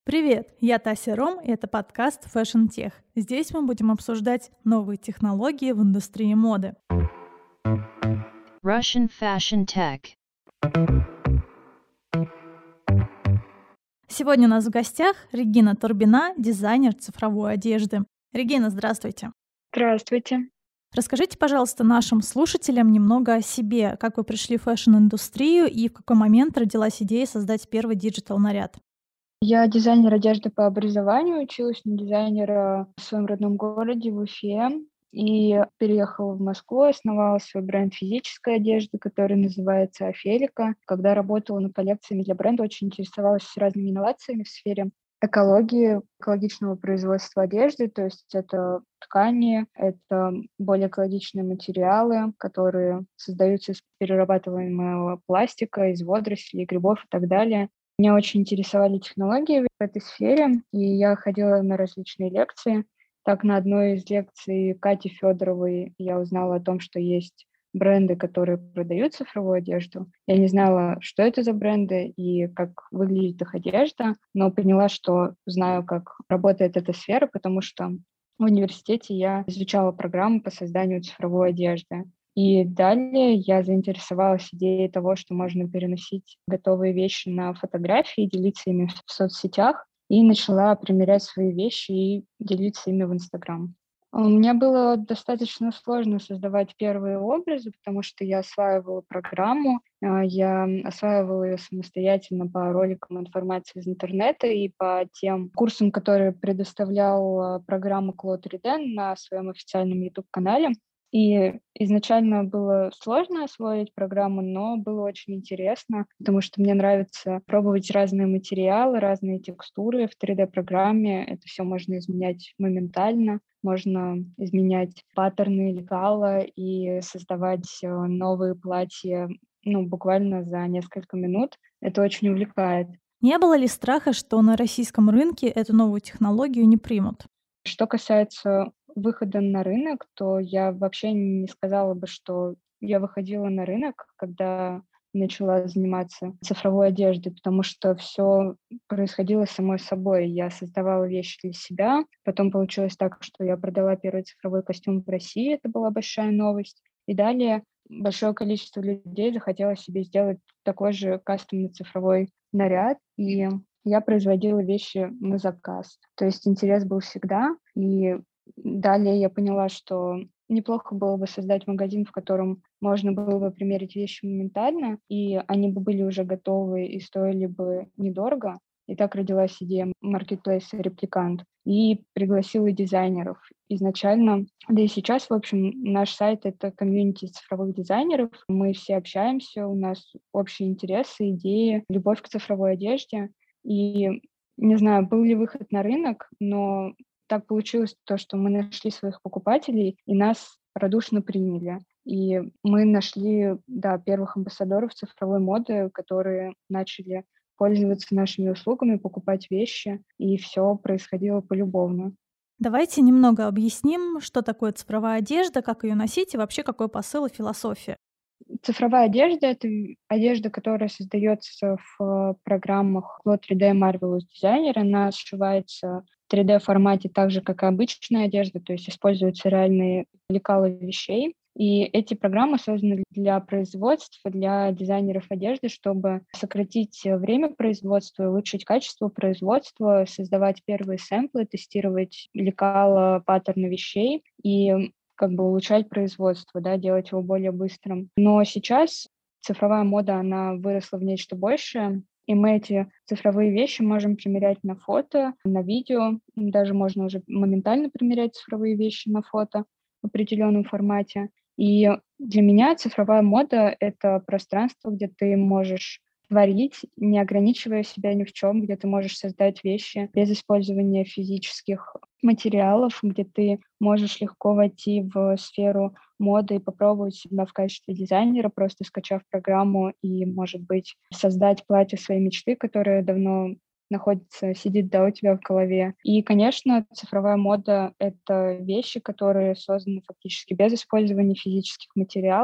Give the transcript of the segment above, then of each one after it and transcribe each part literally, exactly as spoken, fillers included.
Привет, я Тася Ром, и это подкаст Fashion Tech. Здесь мы будем обсуждать новые технологии в индустрии моды. Russian Fashion Tech. Сегодня у нас в гостях Регина Турбина, дизайнер цифровой одежды. Регина, здравствуйте. Здравствуйте. Расскажите, пожалуйста, нашим слушателям немного о себе, как вы пришли в фэшн-индустрию и в какой момент родилась идея создать первый диджитал-наряд. Я дизайнер одежды по образованию, училась на дизайнера в своем родном городе, в Уфе, и переехала в Москву, основала свой бренд физической одежды, который называется Афелика. Когда работала над коллекциями для бренда, очень интересовалась разными инновациями в сфере экологии, экологичного производства одежды, то есть это ткани, это более экологичные материалы, которые создаются из перерабатываемого пластика, из водорослей, грибов и так далее. Меня очень интересовали технологии в этой сфере, и я ходила на различные лекции. Так, на одной из лекций Кати Федоровой я узнала о том, что есть бренды, которые продают цифровую одежду. Я не знала, что это за бренды и как выглядит их одежда, но поняла, что знаю, как работает эта сфера, потому что в университете я изучала программу по созданию цифровой одежды. И далее я заинтересовалась идеей того, что можно переносить готовые вещи на фотографии, делиться ими в соцсетях, и начала примерять свои вещи и делиться ими в Инстаграм. У меня было достаточно сложно создавать первые образы, потому что я осваивала программу, а, я осваивала ее самостоятельно по роликам информации из интернета и по тем курсам, которые предоставляла программа Claude три дэ на своем официальном YouTube-канале. И изначально было сложно освоить программу, но было очень интересно, потому что мне нравится пробовать разные материалы, разные текстуры в три дэ-программе. Это все можно изменять моментально. Можно изменять паттерны лекала и создавать э, новые платья, ну, буквально за несколько минут. Это очень увлекает. Не было ли страха, что на российском рынке эту новую технологию не примут? Что касается выхода на рынок, то я вообще не сказала бы, что я выходила на рынок, когда начала заниматься цифровой одеждой, потому что все происходило само собой. Я создавала вещи для себя, потом получилось так, что я продала первый цифровой костюм в России, это была большая новость. И далее большое количество людей захотело себе сделать такой же кастомный цифровой наряд, и я производила вещи на заказ. То есть интерес был всегда, и далее я поняла, что неплохо было бы создать магазин, в котором можно было бы примерить вещи моментально, и они бы были уже готовы и стоили бы недорого. И так родилась идея маркетплейса «Репликант». И пригласила дизайнеров. Изначально, да и сейчас, в общем, наш сайт — это комьюнити цифровых дизайнеров. Мы все общаемся, у нас общие интересы, идеи, любовь к цифровой одежде. И не знаю, был ли выход на рынок, но так получилось то, что мы нашли своих покупателей, и нас радушно приняли. И мы нашли, да, первых амбассадоров цифровой моды, которые начали пользоваться нашими услугами, покупать вещи, и все происходило полюбовно. Давайте немного объясним, что такое цифровая одежда, как ее носить и вообще какой посыл и философия. Цифровая одежда — это одежда, которая создается в э, программах Claude три дэ Marvelous Designer. Она сшивается в три дэ-формате так же, как и обычная одежда, то есть используются реальные лекала вещей. И эти программы созданы для производства, для дизайнеров одежды, чтобы сократить э, время производства, улучшить качество производства, создавать первые сэмплы, тестировать лекала, паттерны вещей и как бы улучшать производство, да, делать его более быстрым. Но сейчас цифровая мода, она выросла в нечто большее, и мы эти цифровые вещи можем примерять на фото, на видео, даже можно уже моментально примерять цифровые вещи на фото в определенном формате. И для меня цифровая мода — это пространство, где ты можешь творить, не ограничивая себя ни в чем, где ты можешь создать вещи без использования физических материалов, где ты можешь легко войти в сферу моды и попробовать себя в качестве дизайнера, просто скачав программу и, может быть, создать платье своей мечты, которое давно находится, сидит, да, у тебя в голове. И, конечно, цифровая мода — это вещи, которые созданы фактически без использования физических материалов.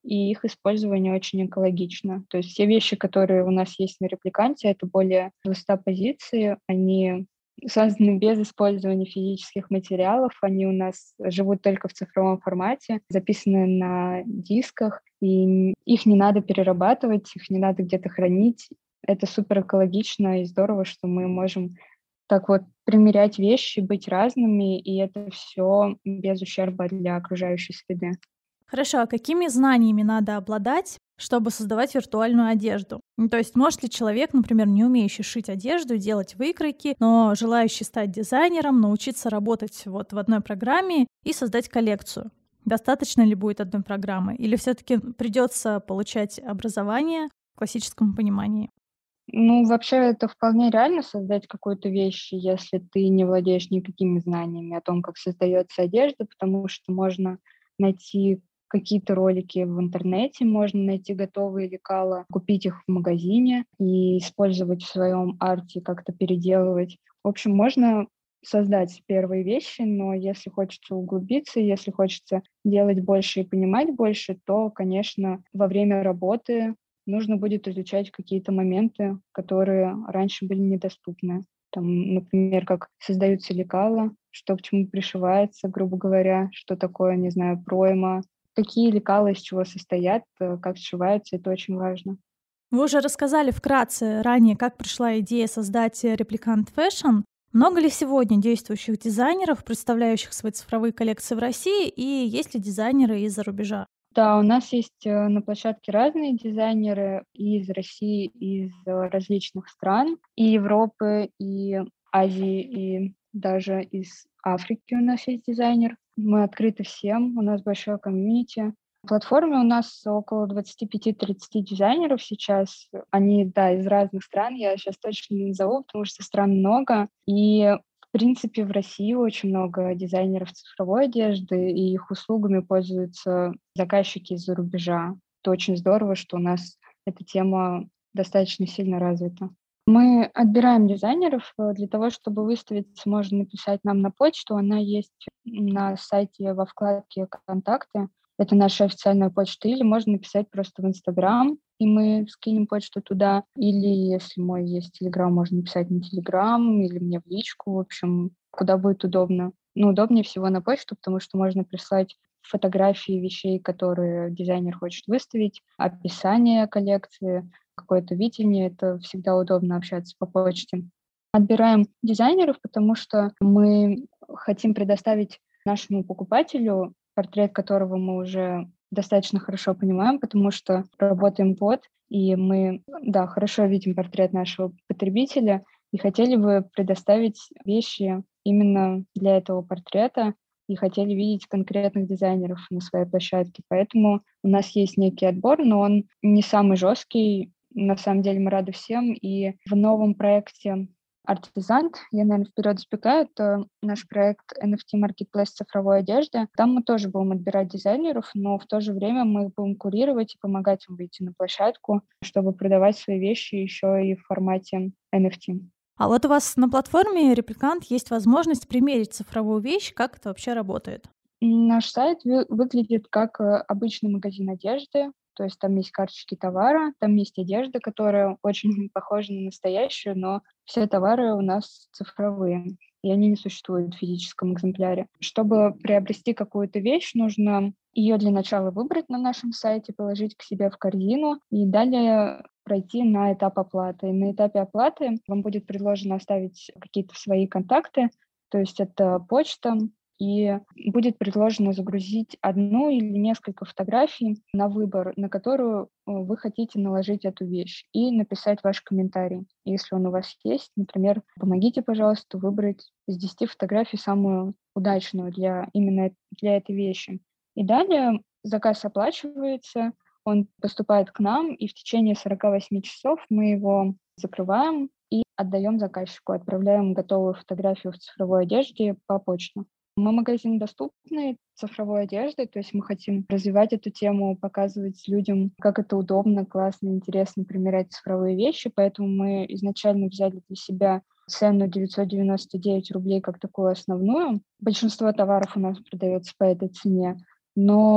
и их использование очень экологично. То есть все вещи, которые у нас есть на репликанте, это более двести позиций, они созданы без использования физических материалов, они у нас живут только в цифровом формате, записаны на дисках, и их не надо перерабатывать, их не надо где-то хранить. Это супер экологично и здорово, что мы можем так вот примерять вещи, быть разными, и это все без ущерба для окружающей среды. Хорошо, а какими знаниями надо обладать, чтобы создавать виртуальную одежду? Ну, то есть может ли человек, например, не умеющий шить одежду, делать выкройки, но желающий стать дизайнером, научиться работать вот в одной программе и создать коллекцию? Достаточно ли будет одной программы? Или все-таки придется получать образование в классическом понимании? Ну, вообще, это вполне реально создать какую-то вещь, если ты не владеешь никакими знаниями о том, как создается одежда, потому что можно найти какие-то ролики в интернете, можно найти готовые лекала, купить их в магазине и использовать в своем арте, как-то переделывать. В общем, можно создать первые вещи, но если хочется углубиться, если хочется делать больше и понимать больше, то, конечно, во время работы нужно будет изучать какие-то моменты, которые раньше были недоступны. Там, например, как создаются лекала, что к чему пришивается, грубо говоря, что такое, не знаю, пройма, какие лекала из чего состоят, э, как сшиваются, это очень важно. Вы уже рассказали вкратце ранее, как пришла идея создать э, репликант Fashion. Много ли сегодня действующих дизайнеров, представляющих свои цифровые коллекции в России, и есть ли дизайнеры из-за рубежа? Да, у нас есть э, на площадке разные дизайнеры и из России, и из э, различных стран, и Европы, и Азии, и даже из Африки у нас есть дизайнер. Мы открыты всем, у нас большое комьюнити. На платформе у нас около двадцать пять тридцать дизайнеров сейчас. Они, да, из разных стран. Я сейчас точно не назову, потому что стран много. И в принципе, в России очень много дизайнеров цифровой одежды, и их услугами пользуются заказчики из-за рубежа. Это очень здорово, что у нас эта тема достаточно сильно развита. Мы отбираем дизайнеров э, для того, чтобы выставиться, можно написать нам на почту. Она есть на сайте во вкладке «Контакты». Это наша официальная почта. Или можно написать просто в Инстаграм, и мы скинем почту туда. Или, если мой есть Телеграм, можно написать на Телеграм или мне в личку. В общем, куда будет удобно. Ну, удобнее всего на почту, потому что можно прислать фотографии вещей, которые дизайнер хочет выставить, описание коллекции, какое-то видение. Это всегда удобно общаться по почте. Отбираем дизайнеров, потому что мы хотим предоставить нашему покупателю портрет, которого мы уже достаточно хорошо понимаем, потому что работаем под, и мы, да, хорошо видим портрет нашего потребителя и хотели бы предоставить вещи именно для этого портрета и хотели видеть конкретных дизайнеров на своей площадке. Поэтому у нас есть некий отбор, но он не самый жесткий. На самом деле мы рады всем. И в новом проекте Артизант, я, наверное, вперед забегаю, это наш проект эн эф ти-маркетплейс цифровой одежды. Там мы тоже будем отбирать дизайнеров, но в то же время мы будем курировать и помогать им выйти на площадку, чтобы продавать свои вещи еще и в формате эн эф ти. А вот у вас на платформе Репликант есть возможность примерить цифровую вещь. Как это вообще работает? Наш сайт вы- выглядит как э, обычный магазин одежды, то есть там есть карточки товара, там есть одежда, которая очень похожа на настоящую, но все товары у нас цифровые, и они не существуют в физическом экземпляре. Чтобы приобрести какую-то вещь, нужно ее для начала выбрать на нашем сайте, положить к себе в корзину и далее пройти на этап оплаты. И на этапе оплаты вам будет предложено оставить какие-то свои контакты, то есть это почта, и будет предложено загрузить одну или несколько фотографий на выбор, на которую э, вы хотите наложить эту вещь, и написать ваш комментарий. Если он у вас есть, например, помогите, пожалуйста, выбрать из десяти фотографий самую удачную для именно для этой вещи. И далее заказ оплачивается, он поступает к нам, и в течение сорока восьми часов мы его закрываем и отдаем заказчику, отправляем готовую фотографию в цифровой одежде по почте. Мы магазин доступной цифровой одежды, то есть мы хотим развивать эту тему, показывать людям, как это удобно, классно, интересно примерять цифровые вещи, поэтому мы изначально взяли для себя цену девятьсот девяносто девять рублей как такую основную. Большинство товаров у нас продается по этой цене, но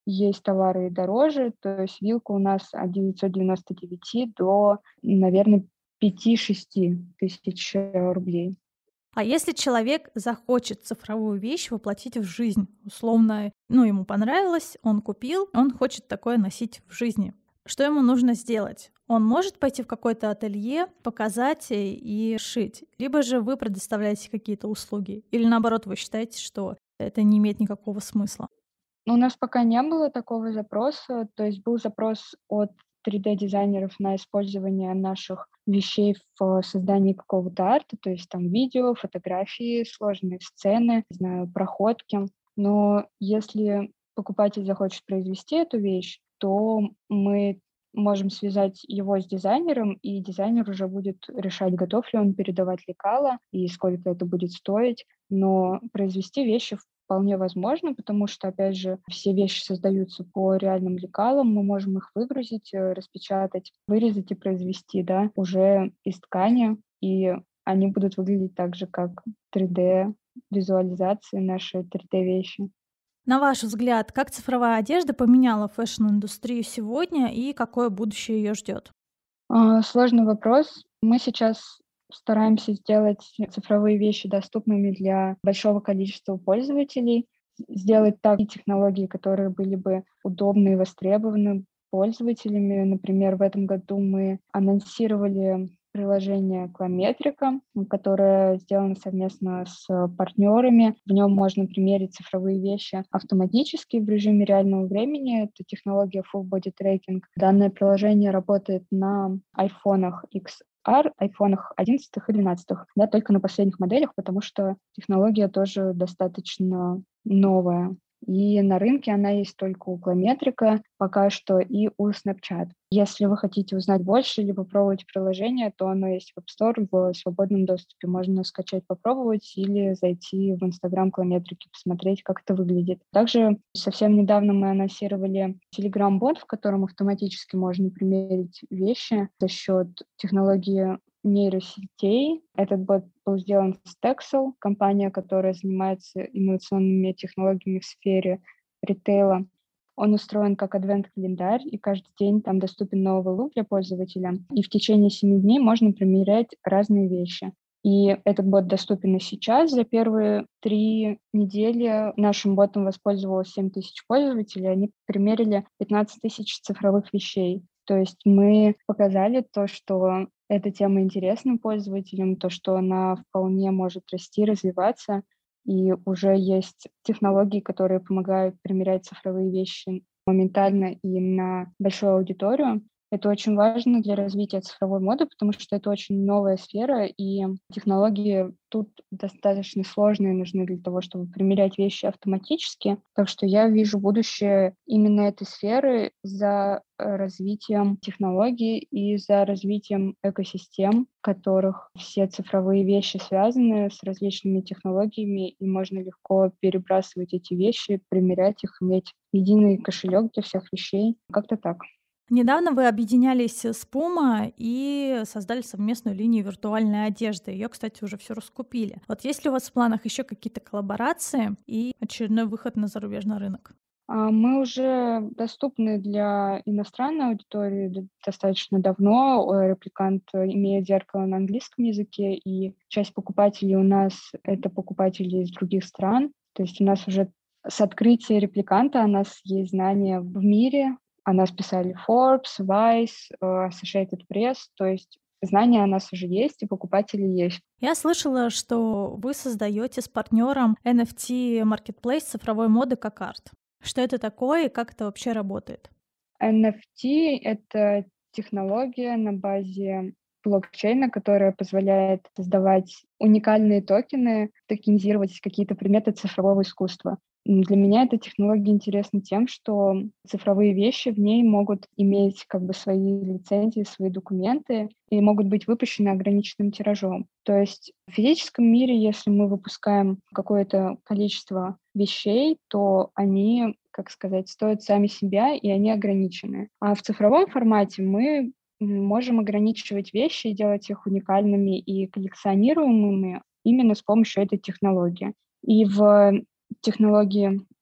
есть товары и дороже, то есть вилка у нас от девятьсот девяносто девять до, наверное, пяти-шести тысяч э, рублей. А если человек захочет цифровую вещь воплотить в жизнь, условно, ну, ему понравилось, он купил, он хочет такое носить в жизни. Что ему нужно сделать? Он может пойти в какое-то ателье, показать и и шить, либо же вы предоставляете какие-то услуги, или наоборот, вы считаете, что это не имеет никакого смысла? Но у нас пока не было такого запроса, то есть был запрос от три дэ-дизайнеров на использование наших вещей в создании какого-то арта, то есть там видео, фотографии, сложные сцены, не знаю, проходки. Но если покупатель захочет произвести эту вещь, то мы можем связать его с дизайнером, и дизайнер уже будет решать, готов ли он передавать лекала и сколько это будет стоить. Но произвести вещи вполне возможно, потому что, опять же, все вещи создаются по реальным лекалам, мы можем их выгрузить, э, распечатать, вырезать и произвести, да, уже из ткани, и они будут выглядеть так же, как три дэ-визуализации наши три дэ-вещи. На ваш взгляд, как цифровая одежда поменяла фэшн-индустрию сегодня и какое будущее ее ждет? А, Сложный вопрос. Мы сейчас стараемся сделать цифровые вещи доступными для большого количества пользователей, сделать так и технологии, которые были бы удобны и востребованы пользователями. Например, в этом году мы анонсировали приложение Клометрика, которое сделано совместно с партнерами. В нем можно примерить цифровые вещи автоматически в режиме реального времени. Это технология Full Body Tracking. Данное приложение работает на айфонах икс ар, айфонах одиннадцатых и двенадцатых, да, только на последних моделях, потому что технология тоже достаточно новая. И на рынке она есть только у Клометрика пока что и у Snapchat. Если вы хотите узнать больше или попробовать приложение, то оно есть в App Store в свободном доступе. Можно скачать, попробовать или зайти в Instagram Клометрики, посмотреть, как это выглядит. Также совсем недавно мы анонсировали Telegram-бот, в котором автоматически можно примерить вещи за счет технологии нейросетей. Этот бот был сделан с Texel, компания, которая занимается инновационными технологиями в сфере ритейла. Он устроен как адвент-календарь, и каждый день там доступен новый лук для пользователя. И в течение семи дней можно примерять разные вещи. И этот бот доступен и сейчас. За первые три недели нашим ботом воспользовалось семь тысяч пользователей. Они примерили пятнадцать тысяч цифровых вещей. То есть мы показали то, что эта тема интересна пользователям, то, что она вполне может расти, развиваться, и уже есть технологии, которые помогают примерять цифровые вещи моментально и на большую аудиторию. Это очень важно для развития цифровой моды, потому что это очень новая сфера, и технологии тут достаточно сложные нужны для того, чтобы примерять вещи автоматически. Так что я вижу будущее именно этой сферы за э, развитием технологий и за развитием экосистем, в которых все цифровые вещи связаны с различными технологиями, и можно легко перебрасывать эти вещи, примерять их, иметь единый кошелек для всех вещей. Как-то так. Недавно вы объединялись с Puma и создали совместную линию виртуальной одежды. Ее, кстати, уже все раскупили. Вот есть ли у вас в планах еще какие-то коллаборации и очередной выход на зарубежный рынок? А, Мы уже доступны для иностранной аудитории д- достаточно давно. Э, Репликант э, имеет зеркало на английском языке, и часть покупателей у нас — это покупатели из других стран. То есть у нас уже с открытия репликанта у нас есть знания в мире. О нас писали Forbes, Vice, э, Associated Press. То есть знания о нас уже есть, и покупатели есть. Я слышала, что вы создаете с партнером эн эф ти-маркетплейс цифровой моды как арт. Что это такое и как это вообще работает? эн эф ти — это технология на базе блокчейна, которая позволяет создавать уникальные токены, токенизировать какие-то предметы цифрового искусства. М, Для меня эта технология интересна тем, что цифровые вещи в ней могут иметь как бы свои лицензии, свои документы и могут быть выпущены ограниченным тиражом. То есть в физическом мире, если мы выпускаем какое-то количество вещей, то они, как сказать, стоят сами себя, и они ограничены. А в цифровом формате мы м, можем ограничивать вещи и делать их уникальными и коллекционируемыми именно с помощью этой технологии. И в технологии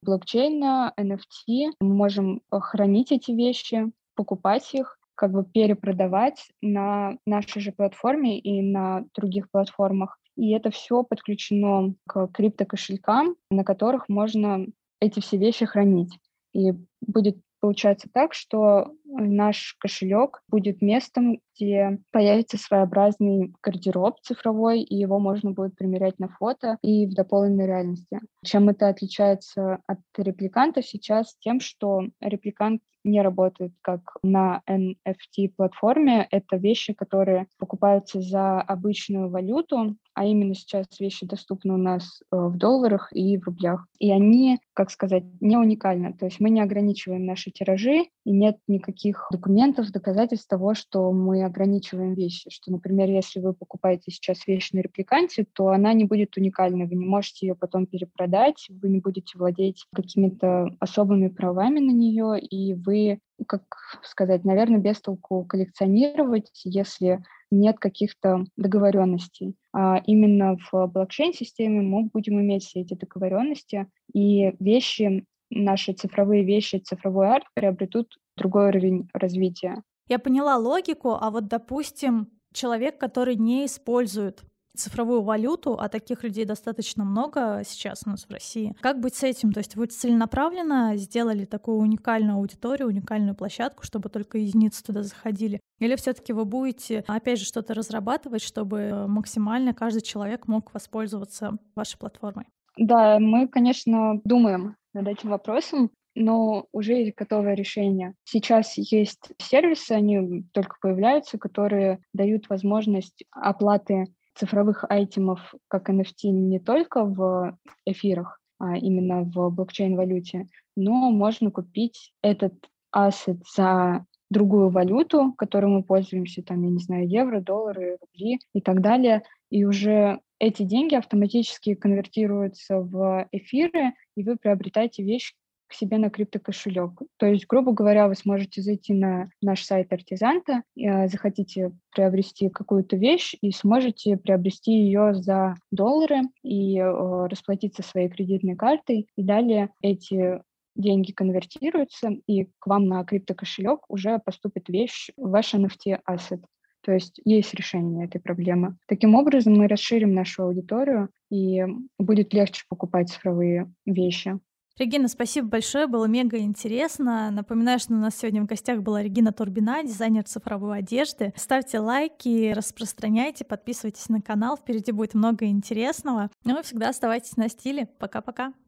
блокчейна, эн эф ти. Мы можем хранить эти вещи, покупать их, как бы перепродавать на нашей же платформе и на других платформах. И это все подключено к криптокошелькам, на которых можно эти все вещи хранить. И будет получаться так, что наш кошелек будет местом, где появится своеобразный гардероб цифровой, и его можно будет примерять на фото и в дополненной реальности. Чем это отличается от репликанта сейчас? Тем, что репликант не работает как на эн эф ти-платформе. Это вещи, которые покупаются за обычную валюту, а именно сейчас вещи доступны у нас в долларах и в рублях. И они, как сказать, не уникальны. То есть мы не ограничиваем наши тиражи, и нет никаких документов, доказательств того, что мы ограничиваем вещи. Что, например, если вы покупаете сейчас вещь на репликанте, то она не будет уникальной. Вы не можете ее потом перепродать, вы не будете владеть какими-то особыми правами на нее, и вы, как сказать, наверное, без толку коллекционировать, если нет каких-то договоренностей. А именно в блокчейн-системе мы будем иметь все эти договоренности, и вещи, наши цифровые вещи, цифровой арт приобретут другой уровень развития. Я поняла логику, а вот, допустим, человек, который не использует цифровую валюту, а таких людей достаточно много сейчас у нас в России. Как быть с этим? То есть вы целенаправленно сделали такую уникальную аудиторию, уникальную площадку, чтобы только единицы туда заходили? Или все-таки вы будете, опять же, что-то разрабатывать, чтобы максимально каждый человек мог воспользоваться вашей платформой? Да, мы, конечно, думаем над этим вопросом, но уже есть готовое решение. Сейчас есть сервисы, они только появляются, которые дают возможность оплаты цифровых айтемов, как эн эф ти, не только в эфирах, а именно в блокчейн-валюте, но можно купить этот ассет за другую валюту, которой мы пользуемся, там, я не знаю, евро, доллары, рубли и так далее, и уже эти деньги автоматически конвертируются в эфиры, и вы приобретаете вещь к себе на криптокошелек. То есть, грубо говоря, вы сможете зайти на наш сайт Артизанта, э, захотите приобрести какую-то вещь и сможете приобрести ее за доллары и э, расплатиться своей кредитной картой. И далее эти деньги конвертируются, и к вам на криптокошелек уже поступит вещь, ваш эн эф ти-ассет. То есть есть решение этой проблемы. Таким образом, мы расширим нашу аудиторию, и будет легче покупать цифровые вещи. Регина, спасибо большое, было мега интересно. Напоминаю, что у нас сегодня в гостях была Регина Турбина, дизайнер цифровой одежды. Ставьте лайки, распространяйте, подписывайтесь на канал, впереди будет много интересного. Ну и всегда оставайтесь на стиле. Пока-пока.